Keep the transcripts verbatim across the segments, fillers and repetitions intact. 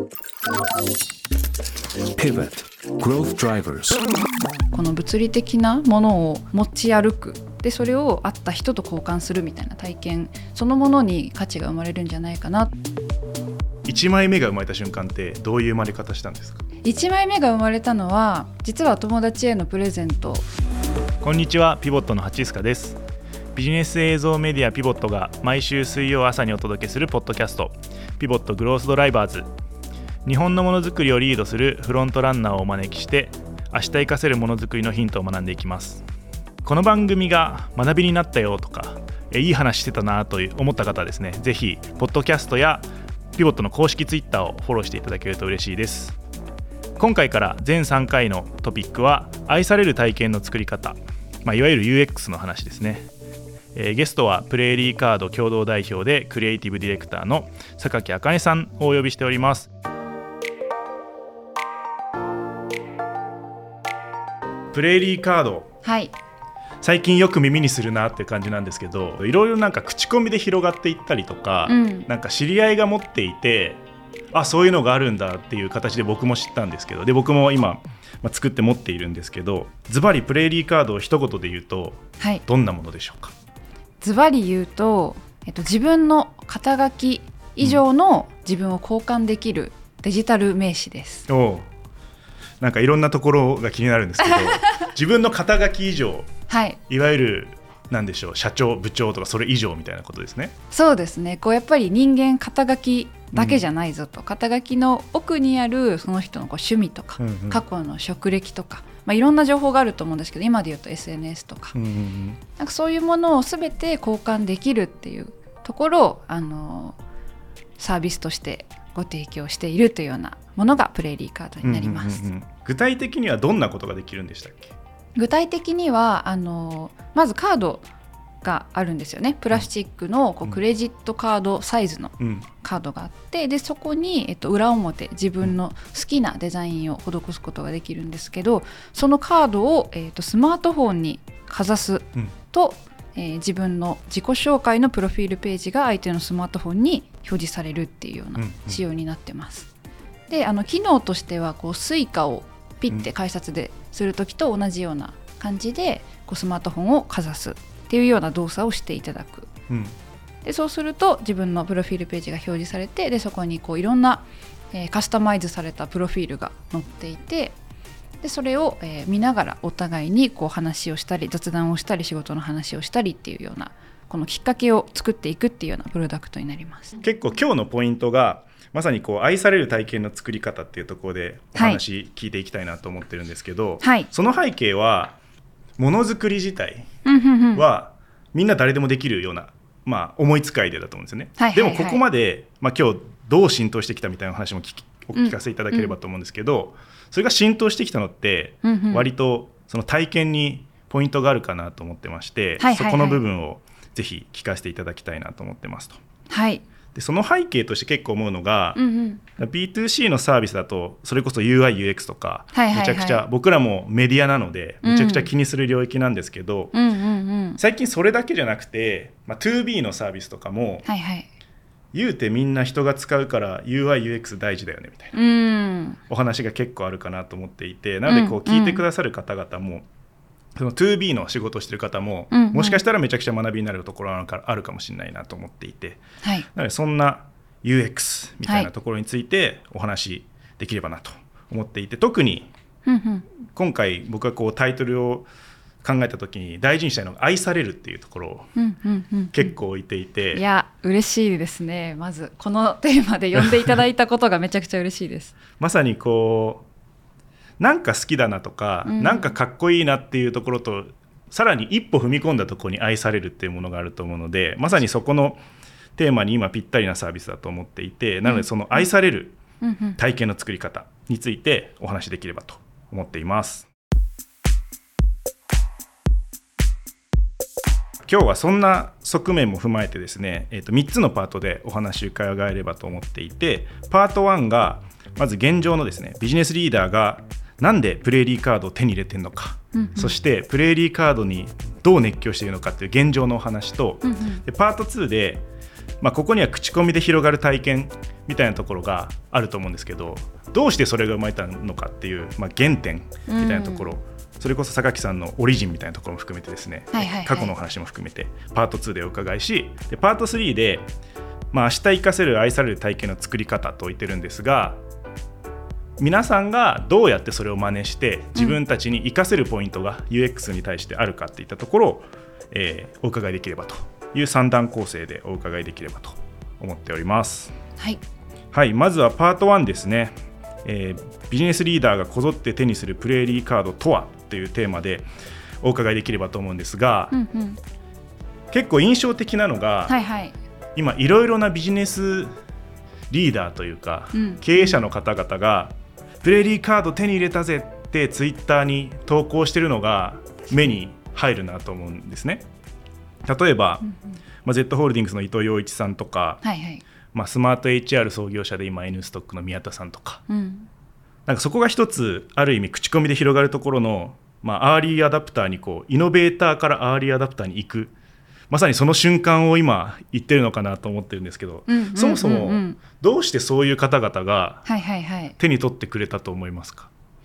Pivot Growth Drivers。 この物理的なものを持ち歩く、でそれを会った人と交換するみたいな体験そのものに価値が生まれるんじゃないかな。 いちまいめが生まれた瞬間ってどういう生まれ方したんですか？ いちまいめが生まれたのは実は友達へのプレゼント。 こんにちは、ピボットの八塚です。ビジネス映像メディアピボットが毎週水曜朝にお届けするポッドキャスト、ピボットグロースドライバーズ。日本のものづくりをリードするフロントランナーをお招きして、明日活かせるものづくりのヒントを学んでいきます。この番組が学びになったよとか、いい話してたなと思った方はですね、ぜひポッドキャストやピボットの公式ツイッターをフォローしていただけると嬉しいです。今回から全さんかいのトピックは愛される体験の作り方、まあ、いわゆる ユーエックス の話ですね。えー、ゲストはプレーリーカード共同代表でクリエイティブディレクターの榊茜さんをお呼びしております。 プレーリーカード、 はい、 最近よく耳にするなって感じなんですけど、いろいろなんか口コミで広がっていったりとか、うん、なんか知り合いが持っていて、あ、そういうのがあるんだっていう形で僕も知ったんですけど、で僕も今、まあ、作って持っているんですけど、ズバリプレーリーカードを一言で言うと、はい、どんなものでしょうか？ ズバリ言うと、えっと、自分の肩書き以上の自分を交換できるデジタル名刺です。 うん、おなんかいろんなところが気になるんですけど自分の肩書き以上、はい、いわゆるなんでしょう、社長部長とかそれ以上みたいなことですね。そうですね。 こうやっぱり人間肩書きだけじゃないぞと、うん、肩書きの奥にあるその人のこう趣味とか、うんうん、過去の職歴とか、まあ、いろんな情報があると思うんですけど、今で言うと エスエヌエス とか、うんうん、なんかそういうものを全て交換できるっていうところをあのサービスとしてご提供しているというようなものがプレーリーカードになります。 うんうんうん、具体的にはどんなことができるんでしたっけ？ 具体的にはあのまずカードがあるんですよね。プラスチックのこうクレジットカードサイズのカードがあって、でそこに、えっと、裏表自分の好きなデザインを施すことができるんですけど、そのカードを、えっと、スマートフォンにかざすと、うん、えー、自分の自己紹介のプロフィールページが相手のスマートフォンに表示されるっていうような仕様になってます。うんうん、であの機能としてはこうスイカをピッて改札でするときと同じような感じでこうスマートフォンをかざすっていうような動作をしていただく。うん、でそうすると自分のプロフィールページが表示されて、でそこにこういろんな、えー、カスタマイズされたプロフィールが載っていて、でそれを、えー、見ながらお互いにこう話をしたり雑談をしたり仕事の話をしたりっていうようなこのきっかけを作っていくっていうようなプロダクトになります。 結構今日のポイントがまさにこう愛される体験の作り方っていうところでお話聞いていきたいなと思ってるんですけど、はい、その背景はものづくり自体はみんな誰でもできるような、まあ、思いつくアイデアだと思うんですよね。はいはいはい、でもここまで、まあ、今日どう浸透してきたみたいな話も聞きお聞かせいただければと思うんですけど、うんうん、それが浸透してきたのって割とその体験にポイントがあるかなと思ってまして、はいはいはい、そこの部分をぜひ聞かせていただきたいなと思ってますと。はい、でその背景として結構思うのが、うんうん、ビーツーシー のサービスだとそれこそ ユーアイユーエックス とか、はいはいはい、めちゃくちゃ僕らもメディアなのでめちゃくちゃ気にする領域なんですけど、うんうんうんうん、最近それだけじゃなくて、まあ、ツービー のサービスとかも、はいはい、言うてみんな人が使うから ユーアイユーエックス 大事だよねみたいな、うん、お話が結構あるかなと思っていて、なのでこう聞いてくださる方々も、うんうん、その ツービー の仕事をしている方も、うんうん、もしかしたらめちゃくちゃ学びになるところがあるかもしれないなと思っていて、はい、なのでそんな ユーエックス みたいなところについてお話できればなと思っていて、特に今回僕がこうタイトルを考えた時に大事にしたいのが愛されるっていうところを結構置いていて、 いや嬉しいですね。まずこのテーマで呼んでいただいたことがめちゃくちゃ嬉しいです。 まさにこうなんか好きだなとか、うん、なんかかっこいいなっていうところとさらに一歩踏み込んだところに愛されるっていうものがあると思うので、まさにそこのテーマに今ぴったりなサービスだと思っていて、なのでその愛される体験の作り方についてお話しできればと思っています。今日はそんな側面も踏まえてですね、えーとみっつのパートでお話を伺えればと思っていて、パートワンがまず現状のですねビジネスリーダーがなんでプレーリーカードを手に入れてるのか、うんうん、そしてプレーリーカードにどう熱狂しているのかっていう現状のお話と、うんうん、でパートツーでまあ、ここには口コミで広がる体験みたいなところがあると思うんですけど、どうしてそれが生まれたのかっていう、まあ、原点みたいなところ、うん、それこそ榊さんのオリジンみたいなところも含めてですね、はいはいはい、過去のお話も含めてパートツーでお伺いし、でパートスリーで、まあ、明日生かせる愛される体験の作り方と言ってるんですが、皆さんがどうやってそれを真似して自分たちに生かせるポイントが ユーエックス に対してあるかっていったところを、えー、お伺いできればというさん段構成でお伺いできればと思っております。 はい、 はい、まずはパートワンですね、えー、ビジネスリーダーがこぞって手にするプレーリーカードとはというテーマでお伺いできればと思うんですが、うんうん、結構印象的なのが、はいはい、今いろいろなビジネスリーダーというか、うん、経営者の方々がプレーリーカード手に入れたぜってツイッターに投稿してるのが目に入るなと思うんですね。例えば、うんうん、まあ、Z ホールディングスの伊藤洋一さんとか、はいはい、まあ、スマート エイチアール 創業者で今 N ストックの宮田さんとか、うん、なんかそこが一つある意味口コミで広がるところの、まあ、アーリーアダプターにこうイノベーターからアーリーアダプターに行く、まさにその瞬間を今言ってるのかなと思ってるんですけど、うんうんうんうん、そもそもどうしてそういう方々が手に取ってくれたと思いますか？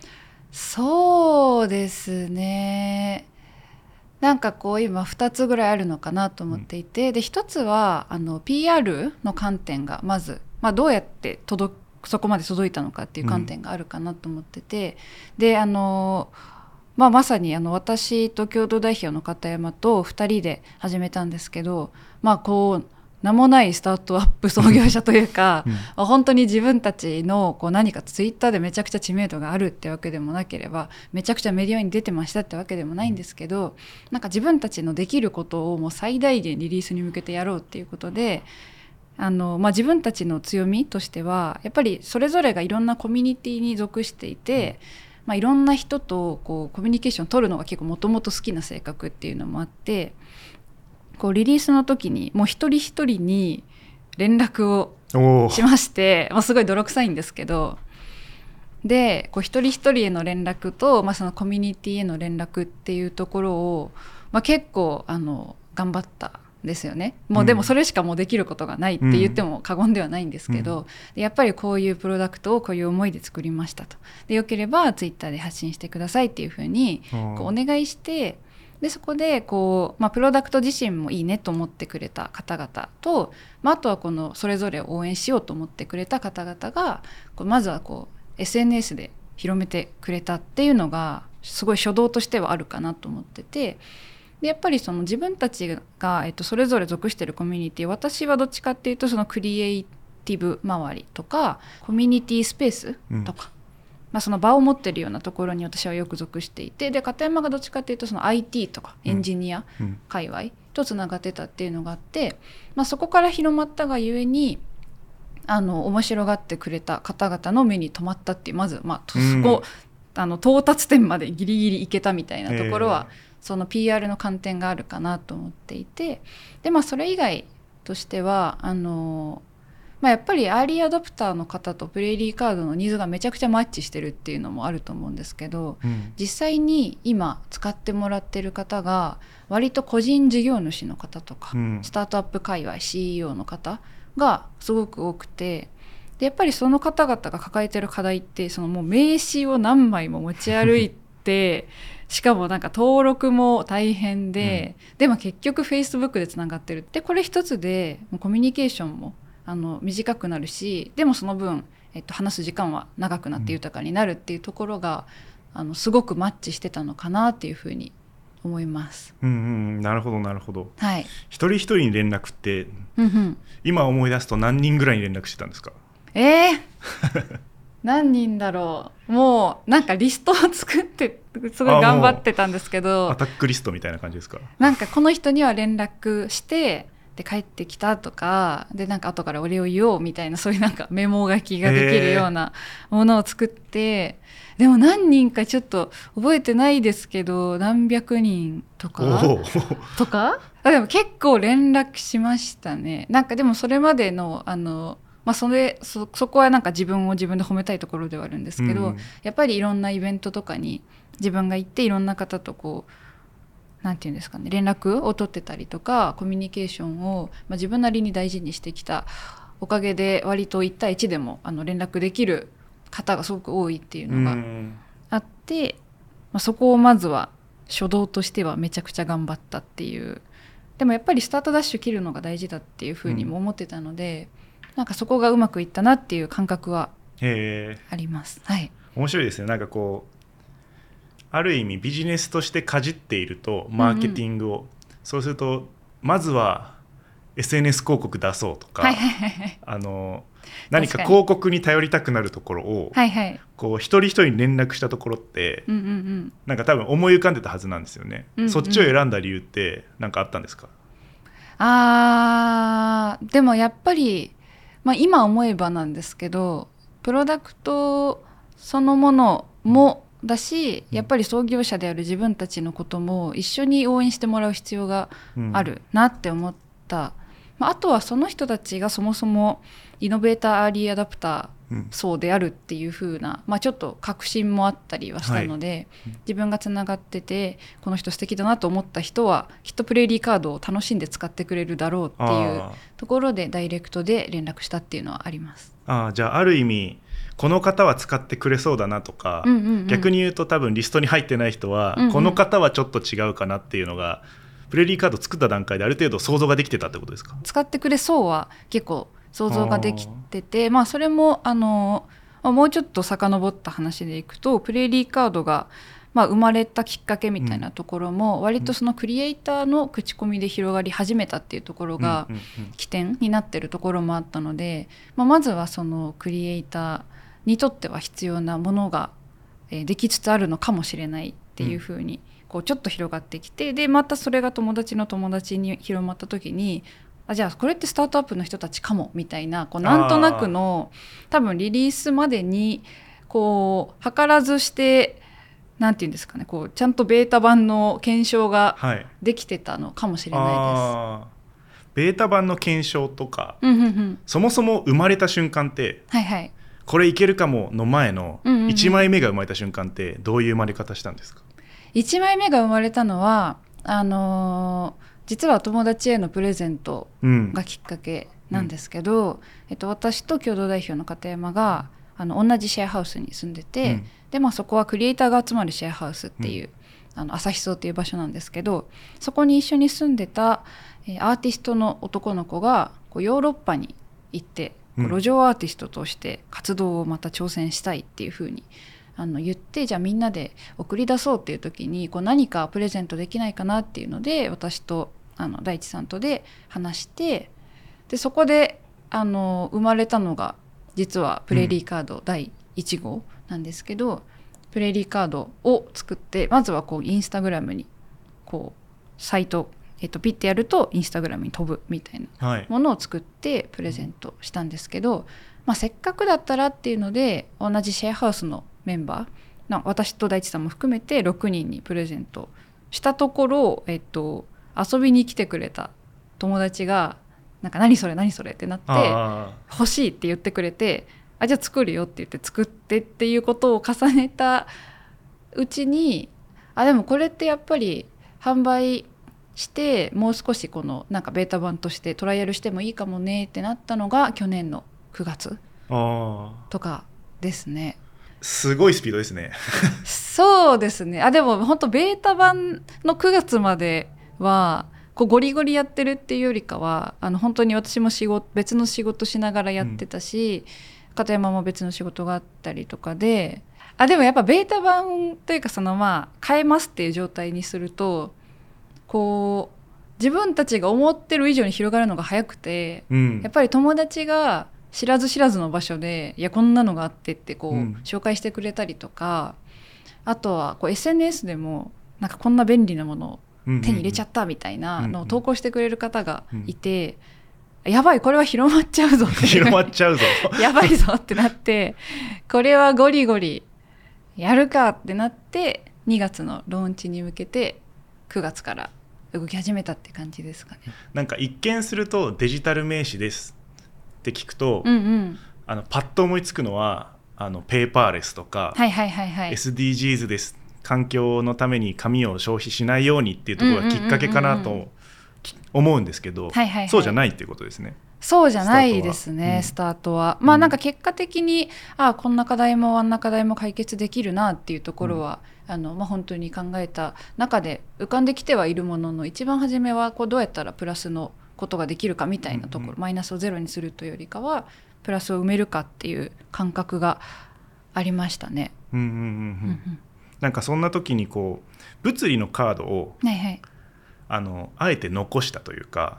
そうですね、なんかこう今ふたつぐらいあるのかなと思っていて、うん、でひとつはあの ピーアール の観点がまず、まあ、どうやって届そこまで届いたのかっていう観点があるかなと思ってて、うん、であのまあ、まさにあの私と共同代表の片山とふたりで始めたんですけど、まあこう名もないスタートアップ創業者というか、うん、まあ、本当に自分たちのこう何かツイッターでめちゃくちゃ知名度があるってわけでもなければ、めちゃくちゃメディアに出てましたってわけでもないんですけど、なんか自分たちのできることをもう最大限リリースに向けてやろうっていうことで、あの、まあ、自分たちの強みとしてはやっぱりそれぞれがいろんなコミュニティに属していて、うん、まあ、いろんな人とこうコミュニケーションを取るのが結構もともと好きな性格っていうのもあって、こうリリースの時にもう一人一人に連絡をしまして、まあ、すごい泥臭いんですけど、でこう一人一人への連絡と、まあ、そのコミュニティへの連絡っていうところを、まあ、結構あの頑張ったですよね。もうでもそれしかもうできることがないって言っても過言ではないんですけど、うん、やっぱりこういうプロダクトをこういう思いで作りましたと、でよければツイッターで発信してくださいっていうふうにこうお願いして、でそこでこう、まあ、プロダクト自身もいいねと思ってくれた方々と、まあ、あとはこのそれぞれを応援しようと思ってくれた方々がこうまずはこう エスエヌエス で広めてくれたっていうのがすごい初動としてはあるかなと思ってて、でやっぱりその自分たちが、えっと、それぞれ属しているコミュニティ、私はどっちかっていうとそのクリエイティブ周りとかコミュニティスペースとか、うん、まあ、その場を持っているようなところに私はよく属していて、で片山がどっちかっていうとその アイティー とかエンジニア界隈とつながってたっていうのがあって、まあ、そこから広まったがゆえにあの面白がってくれた方々の目に留まったっていう、まず、まあ、そこ、うん、あの到達点までギリギリいけたみたいなところは、えーその ピーアール の観点があるかなと思っていて、で、まあ、それ以外としてはあの、まあ、やっぱりアーリーアダプターの方とプレーリーカードのニーズがめちゃくちゃマッチしてるっていうのもあると思うんですけど、うん、実際に今使ってもらってる方が割と個人事業主の方とか、うん、スタートアップ界隈 シーイーオー の方がすごく多くて、でやっぱりその方々が抱えてる課題ってそのもう名刺を何枚も持ち歩いてしかもなんか登録も大変で、うん、でも結局 Facebook でつながってるって、これ一つでコミュニケーションもあの短くなるし、でもその分、えっと、話す時間は長くなって豊かになるっていうところが、うん、あのすごくマッチしてたのかなっていうふうに思います。 うんうん、なるほどなるほど、 はい、 一人一人に連絡って、うんうん、今思い出すと何人ぐらいに連絡してたんですか？ えー何人だろう、もうなんかリストを作ってすごい頑張ってたんですけど、 アタックリストみたいな感じですか？ なんかこの人には連絡してで帰ってきたとかで、なんか後からお礼を言おうみたいな、そういうなんかメモ書きができるようなものを作って、でも何人かちょっと覚えてないですけど何百人とかとかでも結構連絡しましたね。なんかでもそれまでのあのまあ、そ, れ そ, そこはなんか自分を自分で褒めたいところではあるんですけど、うん、やっぱりいろんなイベントとかに自分が行っていろんな方とこうなんていうんですかね、連絡を取ってたりとかコミュニケーションを、まあ、自分なりに大事にしてきたおかげで割といち対いちでもあの連絡できる方がすごく多いっていうのがあって、まあ、そこをまずは初動としてはめちゃくちゃ頑張ったっていう。でもやっぱりスタートダッシュ切るのが大事だっていうふうにも思ってたので、うん、なんかそこがうまくいったなっていう感覚はあります。はい、面白いですね。なんかこうある意味ビジネスとしてかじっているとマーケティングを、うんうん、そうするとまずは エスエヌエス 広告出そうとか、はいはいはい、あの何か広告に頼りたくなるところを、はいはい、こう一人一人に連絡したところって、うんうんうん、なんか多分思い浮かんでたはずなんですよね、うんうん、そっちを選んだ理由って何かあったんですか？ あーでもやっぱり、まあ、今思えばなんですけどプロダクトそのものもだし、やっぱり創業者である自分たちのことも一緒に応援してもらう必要があるなって思った、うん、あとはその人たちがそもそもイノベーターアーリーアダプター層であるっていう風な、まあ、ちょっと確信もあったりはしたので、はい、自分がつながっててこの人素敵だなと思った人はきっとプレーリーカードを楽しんで使ってくれるだろうっていうところでダイレクトで連絡したっていうのはあります。 あ、じゃあある意味この方は使ってくれそうだなとか、うんうんうん、逆に言うと多分リストに入ってない人は、うんうん、この方はちょっと違うかなっていうのがプレーリーカード作った段階である程度想像ができてたってことですか？ 使ってくれそうは結構想像ができてて、まあ、それもあのもうちょっと遡った話でいくとプレーリーカードが、まあ、生まれたきっかけみたいなところも、うん、割とそのクリエイターの口コミで広がり始めたっていうところが起点になってるところもあったので、まあ、まずはそのクリエイターにとっては必要なものが、えー、できつつあるのかもしれないっていうふうに、うん、こうちょっと広がってきて、でまたそれが友達の友達に広まった時にあじゃあこれってスタートアップの人たちかもみたいなこうなんとなくの多分リリースまでにこう図らずしてなんていうんですかねこうちゃんとベータ版の検証ができてたのかもしれないです、はい、 ベータ版の検証とか、うんうんうん、そもそも生まれた瞬間って、はいはい、これいけるかもの前のいちまいめが生まれた瞬間ってどういう生まれ方したんですか？ いちまいめが生まれたのはあのー、実は友達へのプレゼントがきっかけなんですけど、うんえっと、私と共同代表の片山があの同じシェアハウスに住んでて、うんでまあ、そこはクリエイターが集まるシェアハウスっていう、うん、あの朝日荘っていう場所なんですけどそこに一緒に住んでた、えー、アーティストの男の子がこうヨーロッパに行って路上アーティストとして活動をまた挑戦したいっていう風にあの言ってじゃあみんなで送り出そうっていう時にこう何かプレゼントできないかなっていうので私とあの大地さんとで話してでそこであの生まれたのが実はプレーリーカードだいいち号なんですけど、うん、プレーリーカードを作ってまずはこうインスタグラムにこうサイトえっと、ピッてやるとインスタグラムに飛ぶみたいなものを作ってプレゼントしたんですけど、はいまあ、せっかくだったらっていうので同じシェアハウスのメンバーな私と大地さんも含めてろくにんにプレゼントしたところ、えっと、遊びに来てくれた友達がなんか何それ何それってなって欲しいって言ってくれてあじゃあ作るよって言って作ってっていうことを重ねたうちにあでもこれってやっぱり販売してもう少しこのなんかベータ版としてトライアルしてもいいかもねってなったのが去年のくがつとかですね。 すごいスピードですねそうですねあでも本当ベータ版のくがつまではこうゴリゴリやってるっていうよりかはあの本当に私も仕事別の仕事しながらやってたし、うん、片山も別の仕事があったりとかであでもやっぱベータ版というかそのまあ変えますっていう状態にするとこう自分たちが思ってる以上に広がるのが早くて、うん、やっぱり友達が知らず知らずの場所でいやこんなのがあってってこう、うん、紹介してくれたりとかあとはこう エスエヌエス でもなんかこんな便利なものを手に入れちゃったみたいなのを投稿してくれる方がいて、うんうん、やばいこれは広まっちゃうぞって広まっちゃうぞやばいぞってなってこれはゴリゴリやるかってなってにがつのローンチに向けてくがつから動き始めたって感じですかね。 なんか一見するとデジタル名刺ですって聞くと、うんうん、あのパッと思いつくのはあのペーパーレスとか、はいはいはいはい、エスディージーズ ですっ環境のために紙を消費しないようにっていうところがきっかけかなと思うんですけど、そうじゃないっていうことですね。 そうじゃないですね、スタートは、うん、まあなんか結果的にあこんな課題もあんな課題も解決できるなっていうところは、うん、あのまあ、本当に考えた中で浮かんできてはいるものの、一番初めはこうどうやったらプラスのことができるかみたいなところ、うんうん、マイナスをゼロにするというよりかはプラスを埋めるかっていう感覚がありましたね。 うんうんうんうん、なんかそんな時にこう物理のカードを、 はいはい、 あのあえて残したというか、 うん、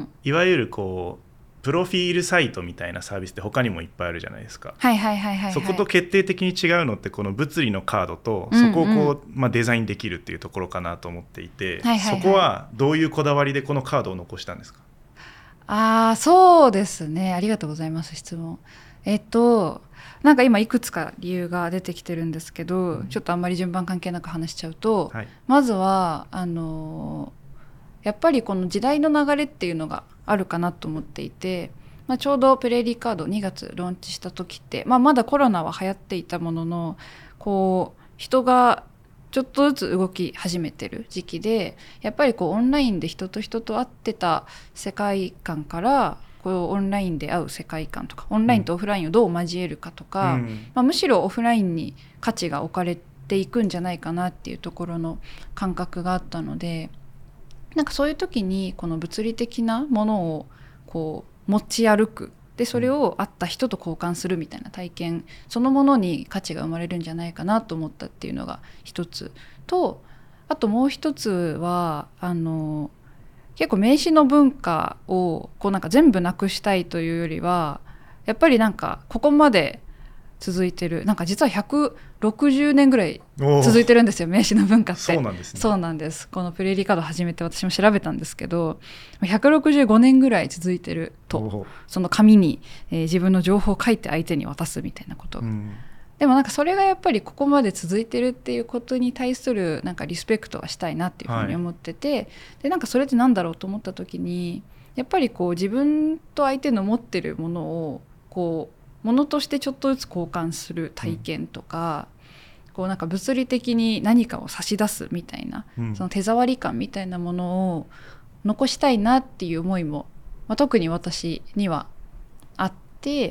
いわゆるこうプロフィールサイトみたいなサービスって他にもいっぱいあるじゃないですか。 はいはいはいはいはい、 そこと決定的に違うのってこの物理のカードとそこをこう、うんうん、まあ、デザインできるっていうところかなと思っていて、はいはいはい、そこはどういうこだわりでこのカードを残したんですか？ あそうですね、ありがとうございます質問。えっとなんか今いくつか理由が出てきてるんですけど、うん、ちょっとあんまり順番関係なく話しちゃうと、はい、まずはあのやっぱりこの時代の流れっていうのがあるかなと思っていて、まあ、ちょうどプレーリーカードにがつローンチした時って、まあ、まだコロナは流行っていたもののこう人がちょっとずつ動き始めてる時期で、やっぱりこうオンラインで人と人と会ってた世界観からこうオンラインで会う世界観とか、オンラインとオフラインをどう交えるかとか、うんまあ、むしろオフラインに価値が置かれていくんじゃないかなっていうところの感覚があったので、なんかそういう時にこの物理的なものをこう持ち歩く、でそれを会った人と交換するみたいな体験そのものに価値が生まれるんじゃないかなと思ったっていうのが一つと、あともう一つはあの結構名刺の文化をこうなんか全部なくしたいというよりは、やっぱりなんかここまで続いてる、なんか実はひゃくろくじゅうねんぐらい続いてるんですよ名刺の文化って。 そうなんですね。 そうなんです。このプレーリーカード始めて私も調べたんですけどひゃくろくじゅうごねんぐらい続いてると、その紙に、えー、自分の情報を書いて相手に渡すみたいなこと、うん、でもなんかそれがやっぱりここまで続いてるっていうことに対するなんかリスペクトはしたいなっていうふうに思ってて、はい、でなんかそれってなんだろうと思った時に、やっぱりこう自分と相手の持ってるものをこうものとしてちょっとずつ交換する体験とか、うん、こうなんか物理的に何かを差し出すみたいな、うん、その手触り感みたいなものを残したいなっていう思いも、まあ、特に私にはあって、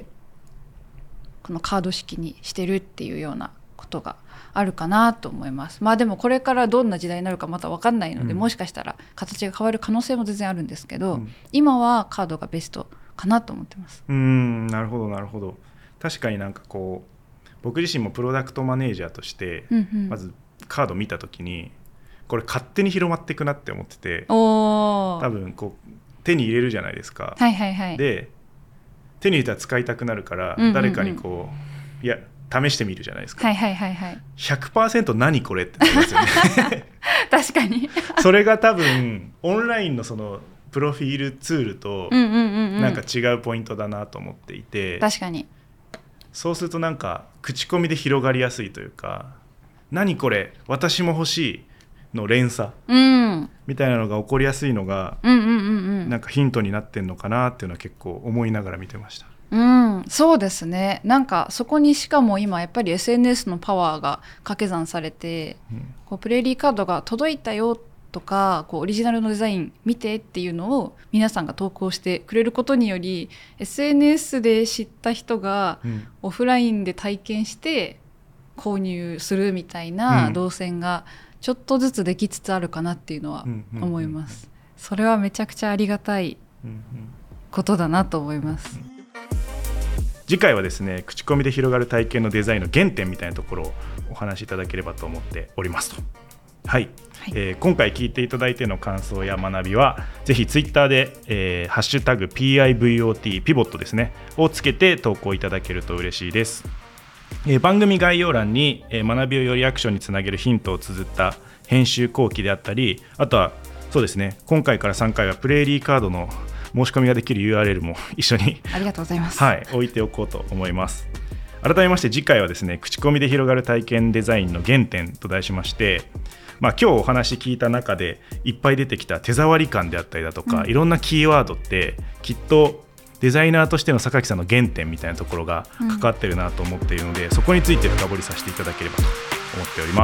このカード式にしてるっていうようなことがあるかなと思います。まあでもこれからどんな時代になるかまた分かんないので、うん、もしかしたら形が変わる可能性も全然あるんですけど、うん、今はカードがベストかなと思ってます。 うーん、なるほどなるほど。確かになんかこう僕自身もプロダクトマネージャーとして、うんうん、まずカード見た時にこれ勝手に広まっていくなって思ってて、 お多分こう手に入れるじゃないですか、 はいはいはい、 で手に入れたら使いたくなるから、うんうんうん、誰かにこういや試してみるじゃないですか、 はいはいはいはい、 ひゃくパーセント 何これってなりますよね確かにそれが多分オンラインのそのプロフィールツールとなんか違うポイントだなと思っていて、 確かにそうするとなんか口コミで広がりやすいというか、何これ私も欲しいの連鎖、うん、みたいなのが起こりやすいのが、うんうんうんうん、なんかヒントになってんのかなっていうのは結構思いながら見てました。 うん、そうですね。なんかそこにしかも今やっぱり エスエヌエス のパワーが掛け算されて、うん、こうプレーリーカードが届いたよとかこうオリジナルのデザイン見てっていうのを皆さんが投稿してくれることにより エスエヌエス で知った人がオフラインで体験して購入するみたいな動線がちょっとずつできつつあるかなっていうのは思います。それはめちゃくちゃありがたいことだなと思います。 次回はですね、口コミで広がる体験のデザインの原点みたいなところをお話しいただければと思っておりますと。はい、はいえー、今回聞いていただいての感想や学びはぜひツイッターで、えー、ハッシュタグ ピーアイブイオーティー ピボットですねをつけて投稿いただけると嬉しいです。えー、番組概要欄に、えー、学びをよりアクションにつなげるヒントを綴った編集後期であったり、あとはそうですね、今回からさんかいはプレーリーカードの申し込みができる ユーアールエル も一緒にありがとうございます、 はい、置いておこうと思います。改めまして次回はですね、口コミで広がる体験デザインの原点と題しまして、まあ、今日お話聞いた中でいっぱい出てきた手触り感であったりだとか、うん、いろんなキーワードってきっとデザイナーとしての榊さんの原点みたいなところが関わってるなと思っているので、うん、そこについて深掘りさせていただければと思っております。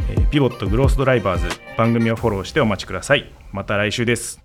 ピボットグロースドライバーズ番組をフォローしてお待ちください。また来週です。